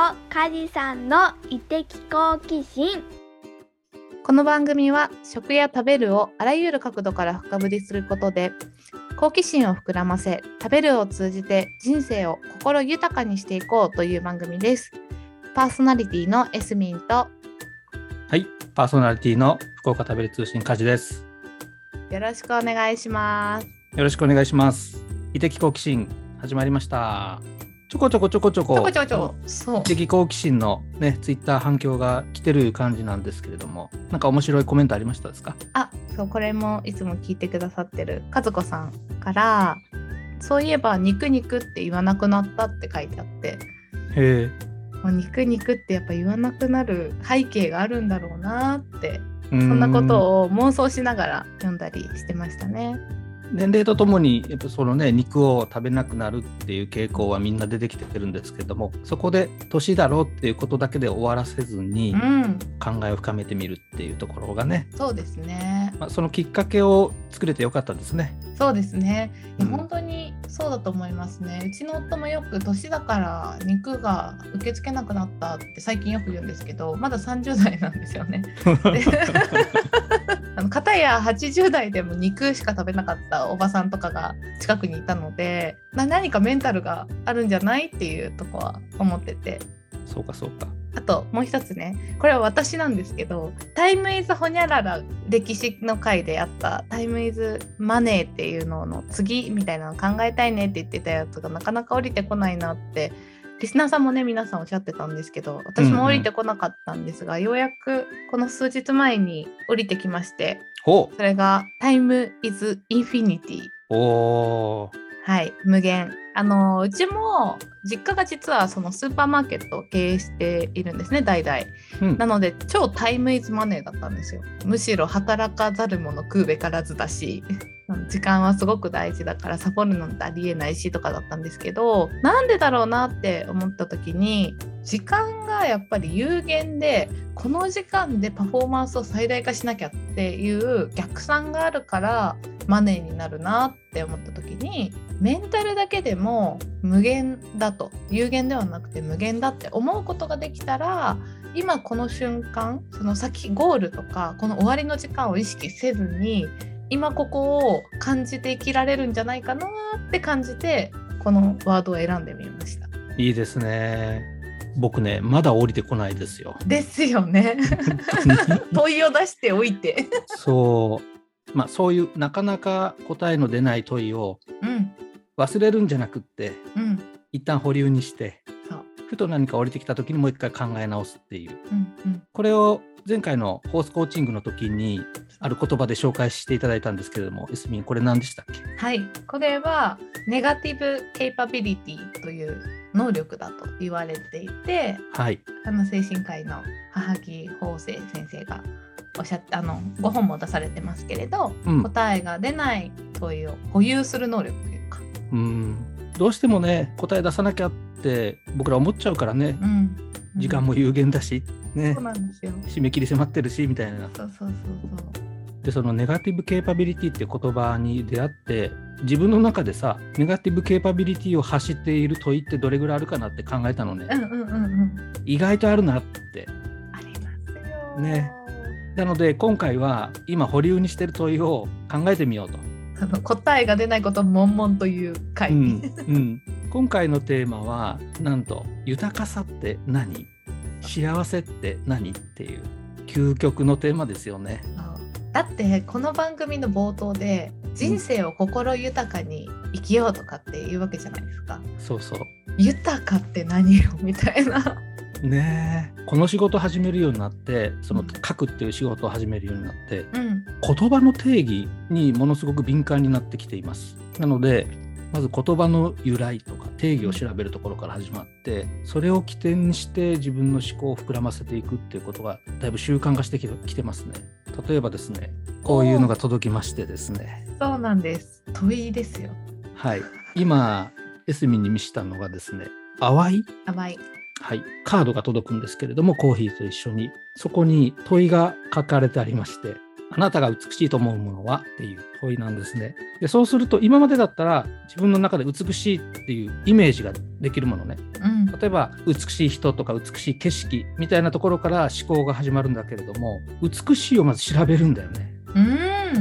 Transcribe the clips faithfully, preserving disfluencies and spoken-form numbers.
梶さんの異的好奇心。 この番組は食や食べるをあらゆる角度から深掘りすることで好奇心を膨らませ、食べるを通じて人生を心豊かにしていこうという番組です。パーソナリティのエスミンと、 はい、パーソナリティの福岡食べる通信梶です。 よろしくお願いします。 よろしくお願いします。異的好奇心始まりました。ちょこちょこちょこちょこちょこちょこちょこそう異的好奇心のねツイッター反響が来てる感じなんですけれども、なんか面白いコメントありましたですか？ あ、そう、これもいつも聞いてくださってる和子さんから、そういえば肉肉って言わなくなったって書いてあって、 へもう肉肉ってやっぱ言わなくなる背景があるんだろうなって、 え、 そんなことを妄想しながら読んだりしてましたね。 年齢とともにやっぱそのね肉を食べなくなるっていう傾向はみんな出てきてるんですけども、そこで年だろうっていうことだけで終わらせずに、 うん、 考えを深めてみるっていうところがね、 そうですね、 まあ、そのきっかけを作れてよかったですね。 そうですね、いや、 うん本当にそうだと思いますね。うちの夫もよく年だから肉が受け付けなくなったって最近よく言うんですけど、まださんじゅう代なんですよね。であの片やはちじゅう代でも肉しか食べなかったおばさんとかが近くにいたので、な何かメンタルがあるんじゃないっていうとこは思ってて、 そうかそうか。 あともう一つね、これは私なんですけど、タイムイズホニャララ歴史の回であったタイムイズマネーっていうのの次みたいなの考えたいねって言ってたやつがなかなか降りてこないなってリスナーさんもね皆さんおっしゃってたんですけど、私も降りてこなかったんですが、うんうん、ようやくこの数日前に降りてきまして、 ほう、 それがタイムイズインフィニティ。 おー、 はい、無限。あのうちも実家が実はそのスーパーマーケットを経営しているんですね、代々、うん、なので超タイムイズマネーだったんですよ。むしろ働かざる者食うべからずだし時間はすごく大事だからサボるなんてありえないしとかだったんですけど、なんでだろうなって思った時に、時間がやっぱり有限でこの時間でパフォーマンスを最大化しなきゃっていう逆算があるからマネーになるなって思った時に、メンタルだけでも無限だと、有限ではなくて無限だって思うことができたら、今この瞬間、その先ゴールとかこの終わりの時間を意識せずに今ここを感じて生きられるんじゃないかなって感じて、このワードを選んでみました。 いいですね。僕ねまだ降りてこないですよ。 ですよね問いを出しておいてそうまあそういうなかなか答えの出ない問いを忘れるんじゃなくって、うん、一旦保留にして、そうふと何か降りてきた時にもう一回考え直すっていう、うんうん、これを前回のホースコーチングの時にある言葉で紹介していただいたんですけれども、エスミンこれ何でしたっけ？ はい、これはネガティブケイパビリティという能力だと言われていて、はい、あの精神科医の母木芳生先生がおっしゃってあのご本も出されてますけれど、うん、答えが出ない問いを保有する能力というか、 うん、どうしてもね答え出さなきゃって僕ら思っちゃうからね、うんうん、時間も有限だし、ね、 そうなんですよ、 締め切り迫ってるしみたいな。 そうそうそうそうでそのネガティブケイパビリティっていう言葉に出会って、自分の中でさネガティブケイパビリティを発している問いってどれぐらいあるかなって考えたのね、うんうんうんうん、意外とあるなってありますよ、 ね、なので今回は今保留にしてる問いを考えてみようと。 あの答えが出ないことを悶々という回、うんうん、今回のテーマはなんと豊かさって何、幸せって何っていう究極のテーマですよね。 だってこの番組の冒頭で人生を心豊かに生きようとかっていうわけじゃないですか、 うん、そうそう、 豊かって何よみたいなねえ、この仕事を始めるようになって、その書くっていう仕事を始めるようになって、うん、言葉の定義にものすごく敏感になってきています。なのでまず言葉の由来とか定義を調べるところから始まって、それを起点にして自分の思考を膨らませていくっていうことがだいぶ習慣化してきてますね。例えばですね、こういうのが届きましてですね。 そうなんです、問いですよ。 はい、今エスミンに見せたのがですね、淡い淡い、 はい、カードが届くんですけれども、コーヒーと一緒にそこに問いが書かれてありまして、 あなたが美しいと思うものはっていう問いなんですね。でそうすると今までだったら自分の中で美しいっていうイメージができるものね、うん、例えば美しい人とか美しい景色みたいなところから思考が始まるんだけれども、美しいをまず調べるんだよね、うん、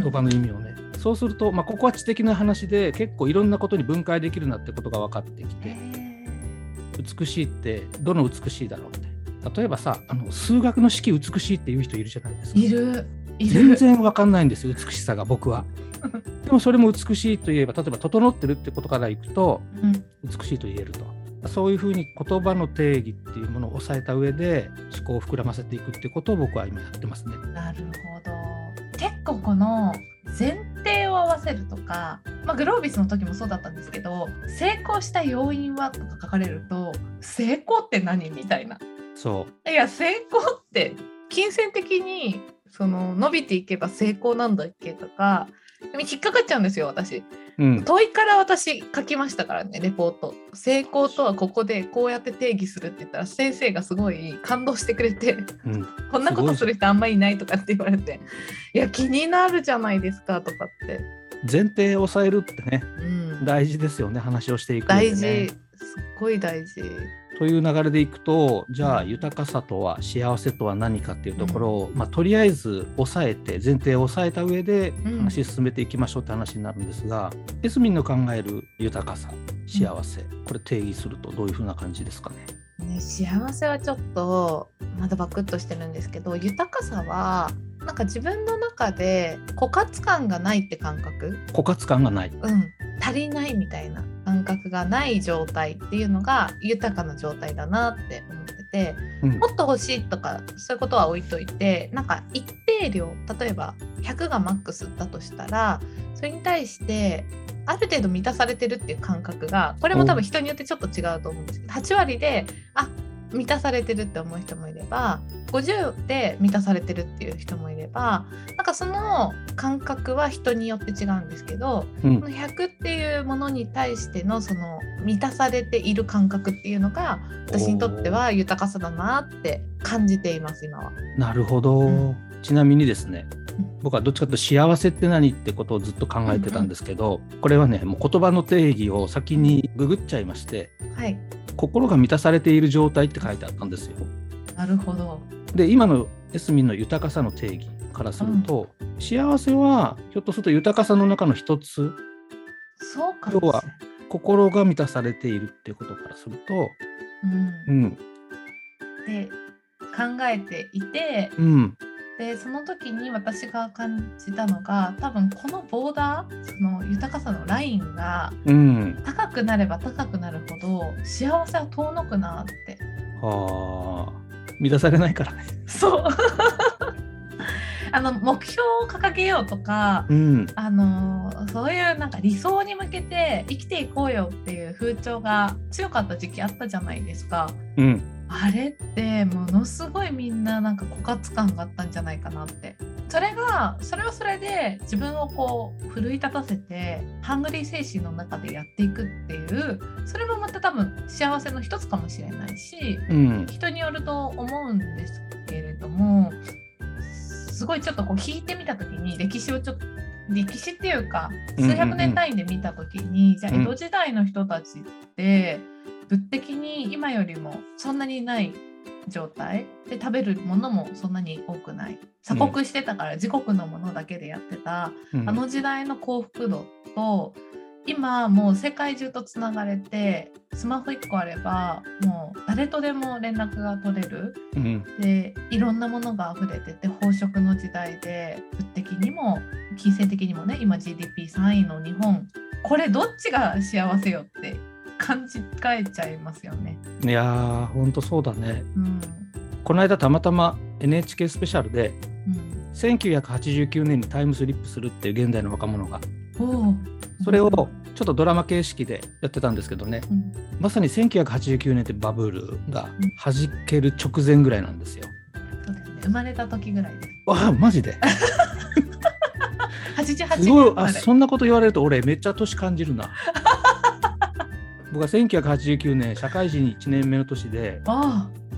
言葉の意味をね。そうすると、まあ、ここは知的な話で結構いろんなことに分解できるなってことが分かってきて、美しいってどの美しいだろうって。例えばさ、あの数学の式美しいっていう人いるじゃないですか。 いるいる。 全然分かんないんですよ、美しさが僕は。でもそれも美しいといえば、例えば整ってるってことからいくと、うん、美しいと言えると。そういうふうに言葉の定義っていうものを抑えた上で思考を膨らませていくっていうことを僕は今やってますね。 なるほど。結構この前提を合わせるとか、まあ、グロービスの時もそうだったんですけど、成功した要因はとか書かれると、成功って何みたいな。 そう。 いや、成功って金銭的にその伸びていけば成功なんだっけとか引っかかっちゃうんですよ私、うん、問いから私書きましたからね、レポート。成功とはここでこうやって定義するって言ったら先生がすごい感動してくれて、うん、こんなことする人あんまりいないとかって言われて、いや気になるじゃないですかとかって。 前提を抑えるってね、うん、大事ですよね、話をしていくのでね。 大事、すっごい大事という流れでいくと、じゃあ豊かさとは幸せとは何かっていうところを、うん、まあ、とりあえず抑えて前提を抑えた上で話進めていきましょうって話になるんですが、うん、エスミンの考える豊かさ、幸せ、うん、これ定義するとどういうふうな感じですかね。 ね、幸せはちょっとまだバクッとしてるんですけど、豊かさはなんか自分の中で枯渇感がないって感覚。 枯渇感がない、 うん、足りないみたいな感覚がない状態っていうのが豊かな状態だなって思ってて、うん、もっと欲しいとかそういうことは置いといて、なんか一定量、例えばひゃくがマックスだとしたら、それに対してある程度満たされてるっていう感覚が、これも多分人によってちょっと違うと思うんですけど、はち割であ満たされてるって思う人もいれば、ごじゅうで満たされてるっていう人もいれば、なんかその感覚は人によって違うんですけど、うん、このひゃくっていうものに対してのその満たされている感覚っていうのが私にとっては豊かさだなって感じています今は。 なるほど、うん、ちなみにですね、僕はどっちかというと幸せって何ってことをずっと考えてたんですけど、うんうん、これはね、もう言葉の定義を先にググっちゃいまして、はい、心が満たされている状態って書いてあったんですよ。 なるほど。 で、今のエスミンの豊かさの定義からすると、うん、幸せはひょっとすると豊かさの中の一つ。 そうかもしれない。 要は心が満たされているっていうことからすると、うん、うん、 で考えていて、うん、でその時に私が感じたのが、多分このボーダー、その豊かさのラインが高くなれば高くなるほど幸せは遠のくなって。 はあ、満たされないからね。 そうあの目標を掲げようとか、うん、あのそういうなんか理想に向けて生きていこうよっていう風潮が強かった時期あったじゃないですか、うん、あれってものすごいみんななんか枯渇感があったんじゃないかなって。それがそれはそれで自分をこう奮い立たせてハングリー精神の中でやっていくっていう、それもまた多分幸せの一つかもしれないし、うん、人によると思うんですけれども、すごいちょっとこう引いてみた時に歴史をちょっと歴史っていうか数百年単位で見た時に、うんうんうん、じゃあ江戸時代の人たちって物的に今よりもそんなにない状態で、食べるものもそんなに多くない、鎖国してたから自国のものだけでやってた、うん、あの時代の幸福度と今もう世界中とつながれてスマホいっこあればもう誰とでも連絡が取れる、うん、でいろんなものが溢れてて飽食の時代で、物的にも金銭的にもね、今 ジーディーピーさんいの日本、これどっちが幸せよって感じ替えちゃいますよね。 いやーほんとそうだね、うん、この間たまたま エヌエイチケー スペシャルで、うん、せんきゅうひゃくはちじゅうきゅうねんにタイムスリップするっていう現代の若者が、おそれをちょっとドラマ形式でやってたんですけどね、うん、まさにせんきゅうひゃくはちじゅうきゅうねんってバブルが弾ける直前ぐらいなんですよ、 うん、そうですね、生まれた時ぐらいです。 わあマジではちじゅうはちねん生まれ。 あ、そんなこと言われると俺めっちゃ年感じるな僕はせんきゅうひゃくはちじゅうきゅうねん社会人いちねんめの年で、ああ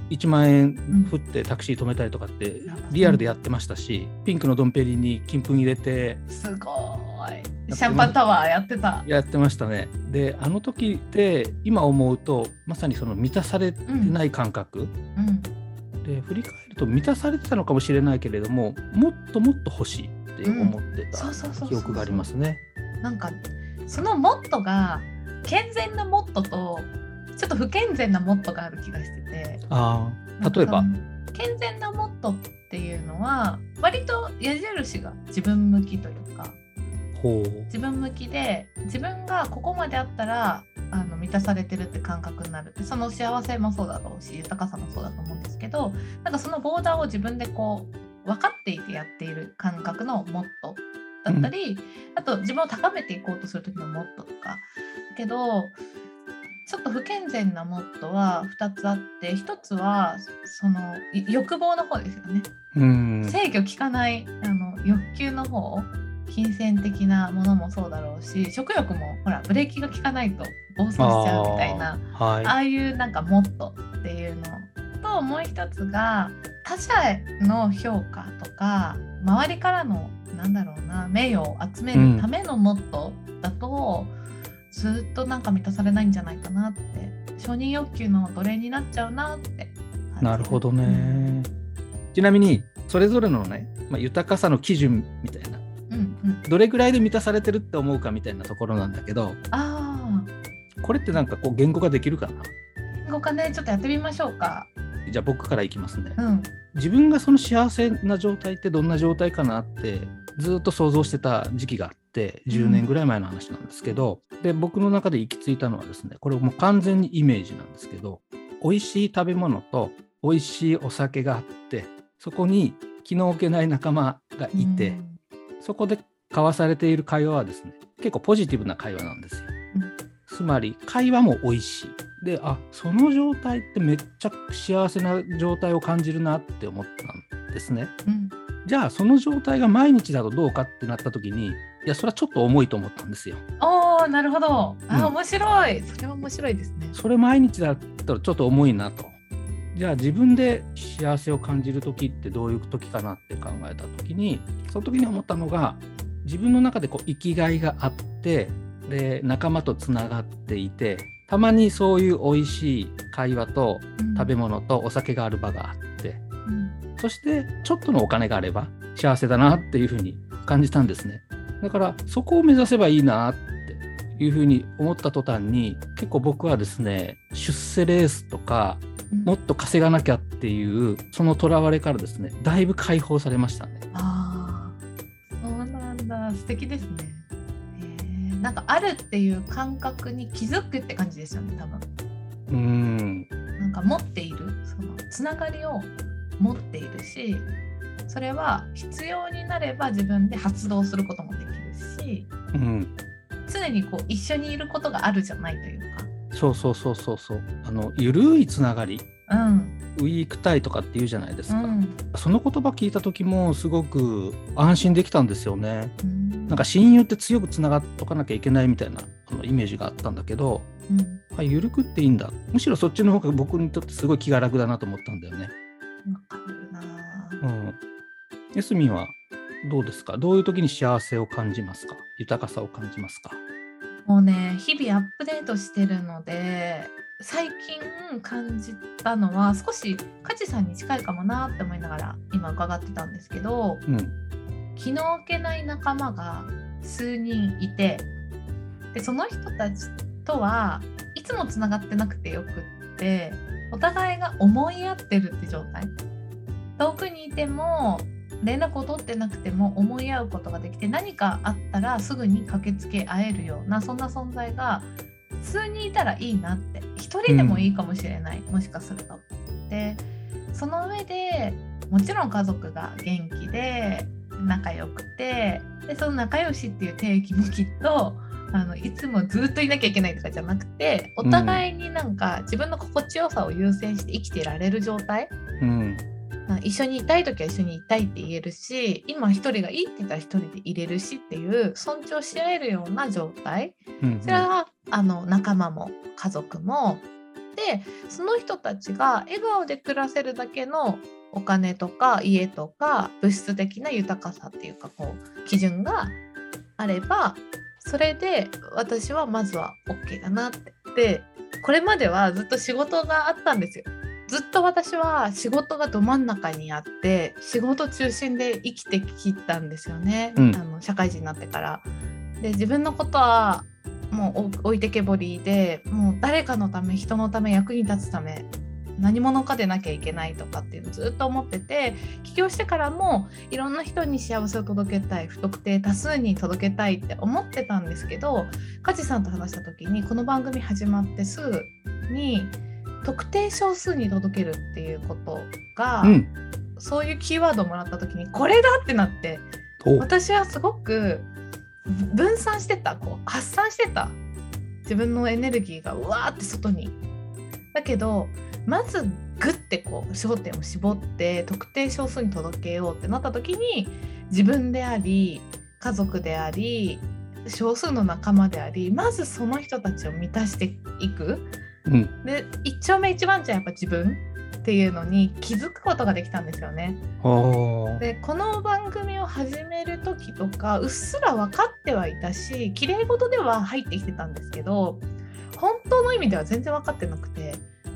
いちまんえん振ってタクシー止めたりとかってリアルでやってましたし、うん、ピンクのドンペリに金粉入れてすごいシャンパンタワーやってたやってましたね。であの時って今思うとまさにその満たされてない感覚、うんうん、で振り返ると満たされてたのかもしれないけれどももっともっと欲しいって思ってた記憶がありますね。 なんかそのモットが健全なモットとちょっと不健全なモットがある気がしてて、 あ例えば健全なモットっていうのは割と矢印が自分向きというか、ほう自分向きで自分がここまであったらあの満たされてるって感覚になるって、その幸せもそうだろうし豊かさもそうだと思うんですけど、なんかそのボーダーを自分でこう分かっていてやっている感覚のモットだったり、うん、あと自分を高めていこうとする時のモットとかだけど、ちょっと不健全なモットはふたつあって、ひとつはその欲望の方ですよね。うん制御効かないあの欲求の方、金銭的なものもそうだろうし、食欲もほらブレーキが効かないと暴走しちゃうみたいな あ,、はい、ああいうなんかモットっていうのと、もう一つが他者への評価とか周りからのなんだろうな名誉を集めるためのモットだと、うんずっとなんか満たされないんじゃないかなって、承認欲求の奴隷になっちゃうなって。 なるほどね、うん、ちなみにそれぞれのね、まあ、豊かさの基準みたいな、うんうん、どれぐらいで満たされてるって思うかみたいなところなんだけど、あこれってなんかこう言語化できるかな。 言語化ね、ちょっとやってみましょうか。 じゃあ僕からいきますね、 うん、 自分がその幸せな状態ってどんな状態かなってずっと想像してた時期があってじゅうねんぐらい前の話なんですけど、うん、で僕の中で行き着いたのはですね、これもう完全にイメージなんですけど、美味しい食べ物と美味しいお酒があって、そこに気の置けない仲間がいて、うん、そこで交わされている会話はですね結構ポジティブな会話なんですよ、うん、つまり会話も美味しいで、あその状態ってめっちゃ幸せな状態を感じるなって思ったんですね、うん、じゃあその状態が毎日だとどうかってなった時に、いやそれはちょっと重いと思ったんですよ。 おーなるほど、あ、うん、面白い。それは面白いですね。 それ毎日だったらちょっと重いなと。じゃあ自分で幸せを感じる時ってどういう時かなって考えた時に、その時に思ったのが、自分の中でこう生きがいがあって、で仲間とつながっていて、たまにそういう美味しい会話と食べ物とお酒がある場があって、うん、そしてちょっとのお金があれば幸せだなっていうふうに感じたんですね。だからそこを目指せばいいなっていうふうに思った途端に、結構僕はですね、出世レースとかもっと稼がなきゃっていうそのとらわれからですね、だいぶ解放されましたね。 ああ、そうなんだ。素敵ですね。へえ、なんかあるっていう感覚に気づくって感じですよね、多分。うーん。なんか持っている、そのつながりを持っているし、それは必要になれば自分で発動することもできるし、うん、常にこう一緒にいることがあるじゃないというか。 そうそうそうそうそう。あのゆるいつながり、うん、ウィークタイとかって言うじゃないですか、うん、その言葉聞いた時もすごく安心できたんですよね、うん、なんか親友って強くつながっとかなきゃいけないみたいなあのイメージがあったんだけど、うん、あ、ゆるくっていいんだ。むしろそっちの方が僕にとってすごい気が楽だなと思ったんだよね。 わかるな。 うん。エスミンはどうですか？どういう時に幸せを感じますか？豊かさを感じますか？ もうね、日々アップデートしてるので、最近感じたのは少し梶さんに近いかもなって思いながら今伺ってたんですけど、うん、気の置けない仲間が数人いて、でその人たちとはいつもつながってなくてよくって、お互いが思い合ってるって状態。遠くにいても連絡を取ってなくても思い合うことができて、何かあったらすぐに駆けつけ合えるような、そんな存在が数人いたらいいなって。一人でもいいかもしれない、うん、もしかすると。でその上でもちろん家族が元気で仲良くて、でその仲良しっていう定義もきっとあのいつもずっといなきゃいけないとかじゃなくて、お互いになんか自分の心地よさを優先して生きていられる状態、うん、一緒にいたいときは一緒にいたいって言えるし、今一人がいいって言ったら一人でいれるしっていう尊重し合えるような状態、うんうん、それはあの仲間も家族もでその人たちが笑顔で暮らせるだけのお金とか家とか物質的な豊かさっていうかこう基準があればそれで私はまずは OK だなって。でこれまではずっと仕事があったんですよ。ずっと私は仕事がど真ん中にあって仕事中心で生きてきたんですよね、うん、あの社会人になってから。で自分のことはもう置いてけぼりでもう誰かのため人のため役に立つため何者かでなきゃいけないとかっていうのをずっと思ってて、起業してからもいろんな人に幸せを届けたい、不特定多数に届けたいって思ってたんですけど、梶さんと話した時にこの番組始まってすぐに特定少数に届けるっていうことが、うん、そういうキーワードをもらった時にこれだってなって、私はすごく分散してた、こう発散してた自分のエネルギーがうわーって外に。だけどまずグッてこう焦点を絞って特定少数に届けようってなった時に、自分であり家族であり少数の仲間であり、まずその人たちを満たしていく、うん、で一丁目一番地はやっぱ自分っていうのに気づくことができたんですよね。でこの番組を始める時とかうっすら分かってはいたし、綺麗事では入ってきてたんですけど、本当の意味では全然分かってなくて、うん、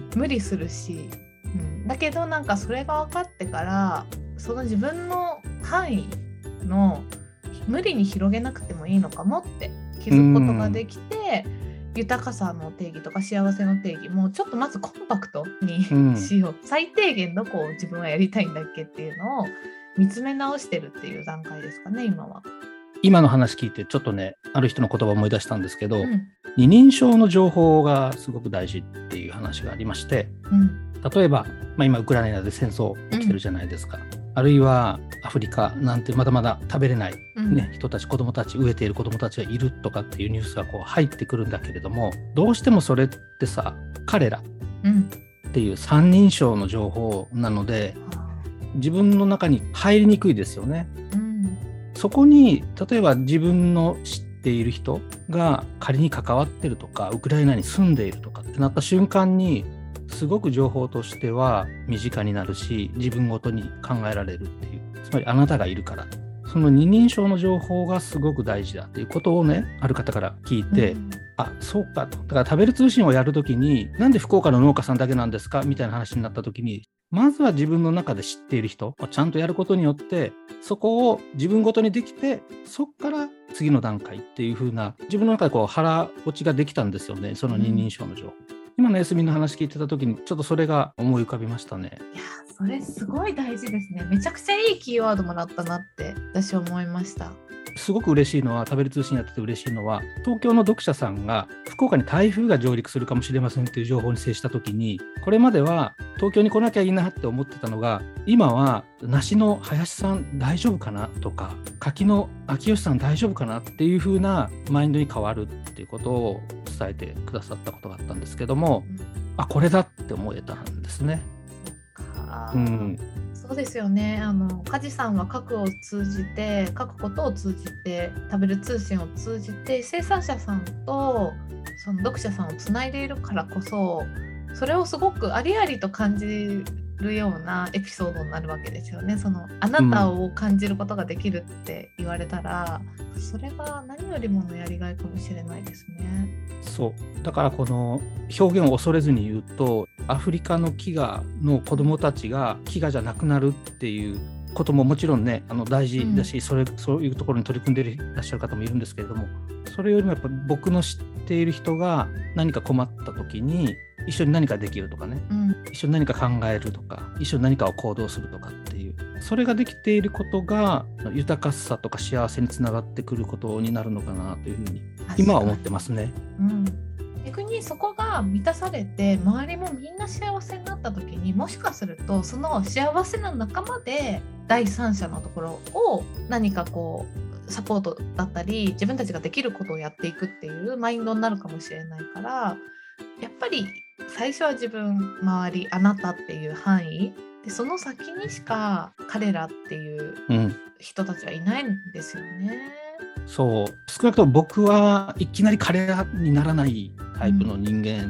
無理するし、うん、だけどなんかそれが分かってからその自分の範囲の無理に広げなくてもいいのかもって気づくことができて、豊かさの定義とか幸せの定義もちょっとまずコンパクトにしよう、うん、最低限どこを自分はやりたいんだっけっていうのを見つめ直してるっていう段階ですかね、今は。 今の話聞いてちょっとね、ある人の言葉を思い出したんですけど、うん、二人称の情報がすごく大事っていう話がありまして、うん、例えば、まあ、今ウクライナで戦争起きてるじゃないですか、うん、あるいはアフリカなんてまだまだ食べれない、ね、うん、人たち、子どもたち、飢えている子どもたちがいるとかっていうニュースがこう入ってくるんだけれども、どうしてもそれってさ、彼らっていう三人称の情報なので、うん、自分の中に入りにくいですよね、うん、そこに例えば自分の知っている人が仮に関わってるとかウクライナに住んでいるとかってなった瞬間にすごく情報としては身近になるし、自分ごとに考えられるっていう、つまりあなたがいるから、その二人称の情報がすごく大事だっていうことをね、ある方から聞いて、うん、あ、そうかと。だから食べる通信をやるときに、なんで福岡の農家さんだけなんですかみたいな話になったときに、まずは自分の中で知っている人をちゃんとやることによって、そこを自分ごとにできて、そこから次の段階っていう風な自分の中でこう腹落ちができたんですよね、その二人称の情報、うん、今の休みの話聞いてた時にちょっとそれが思い浮かびましたね。 いや、それすごい大事ですね。めちゃくちゃいいキーワードもらったなって私思いました。 すごく嬉しいのは、食べる通信やってて嬉しいのは、東京の読者さんが福岡に台風が上陸するかもしれませんっていう情報に接した時に、これまでは東京に来なきゃいいなって思ってたのが、今は梨の林さん大丈夫かなとか、柿の秋吉さん大丈夫かなっていう風なマインドに変わるっていうことを伝えてくださったことがあったんですけども、うん、あ、これだって思えたんですね。 そっか、うん、そうですよね。あの梶さんは書くを通じて、書くことを通じて、食べる通信を通じて生産者さんとその読者さんをつないでいるからこそ、それをすごくありありと感じるようなエピソードになるわけですよね。そのあなたを感じることができるって言われたら、うん、それが何よりものやりがいかもしれないですね。 そうだからこの表現を恐れずに言うと、アフリカの飢餓の子どもたちが飢餓じゃなくなるっていうことももちろんね、あの大事だし、うん、それそういうところに取り組んでいらっしゃる方もいるんですけれども、それよりもやっぱ僕の知っている人が何か困った時に一緒に何かできるとかね、うん、一緒に何か考えるとか、一緒に何かを行動するとかっていう、それができていることが豊かさとか幸せにつながってくることになるのかなというふうに今は思ってますね。 うん、逆にそこが満たされて周りもみんな幸せになった時に、もしかするとその幸せな仲間で第三者のところを何かこうサポートだったり自分たちができることをやっていくっていうマインドになるかもしれないから、やっぱり最初は自分、周り、あなたっていう範囲で、その先にしか彼らっていう人たちはいないんですよね、 うん、そう、少なくとも僕はいきなり彼らにならないタイプの人間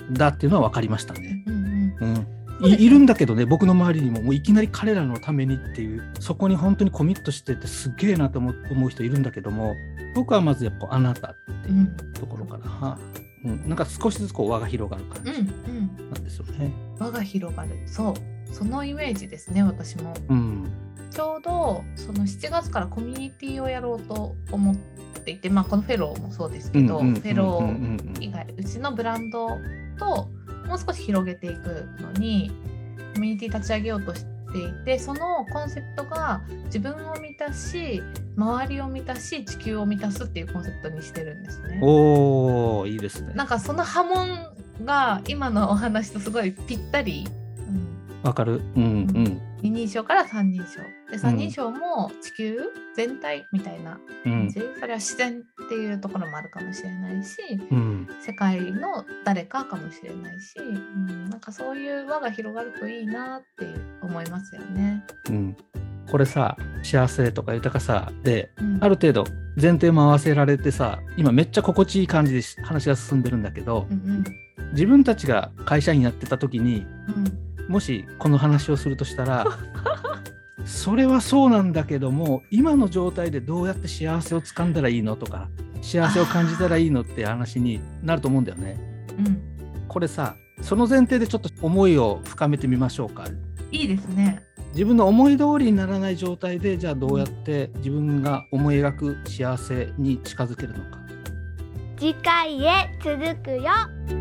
だっていうのは分かりましたね。 うんうんうん、い, いるんだけどね、僕の周りにももういきなり彼らのためにっていう、そこに本当にコミットしててすげえなと思う人いるんだけども、僕はまずやっぱあなたっていうところかな、うんうん、なんか少しずつこう輪が広がる感じなんですよね、 うんうん、輪が広がる、そうそのイメージですね。私も、うん、ちょうどそのしちがつからコミュニティをやろうと思っていて、まあ、このフェローもそうですけど、フェロー以外うちのブランドともう少し広げていくのにコミュニティ立ち上げようとしていて、そのコンセプトが自分を満たし、周りを満たし、地球を満たすっていうコンセプトにしてるんですね。 おー、いいですね。 なんかその波紋が今のお話とすごいぴったりわ、うん、かる、うんうん、 二人称から三人称で、三人称も地球全体みたいな感じ、うん、それは自然っていうところもあるかもしれないし、うん、世界の誰かかもしれないし、うん、なんかそういう輪が広がるといいなって思いますよね、 うん、これさ、幸せとか豊かさで、うん、ある程度前提も合わせられてさ、今めっちゃ心地いい感じで話が進んでるんだけど、うんうん、自分たちが会社員やってた時に、うん、もしこの話をするとしたらそれはそうなんだけども、今の状態でどうやって幸せをつかんだらいいのとか、幸せを感じたらいいのって話になると思うんだよね、うん、これさ、その前提でちょっと思いを深めてみましょうか。 いいですね。 自分の思い通りにならない状態で、じゃあどうやって自分が思い描く幸せに近づけるのか。 次回へ続くよ。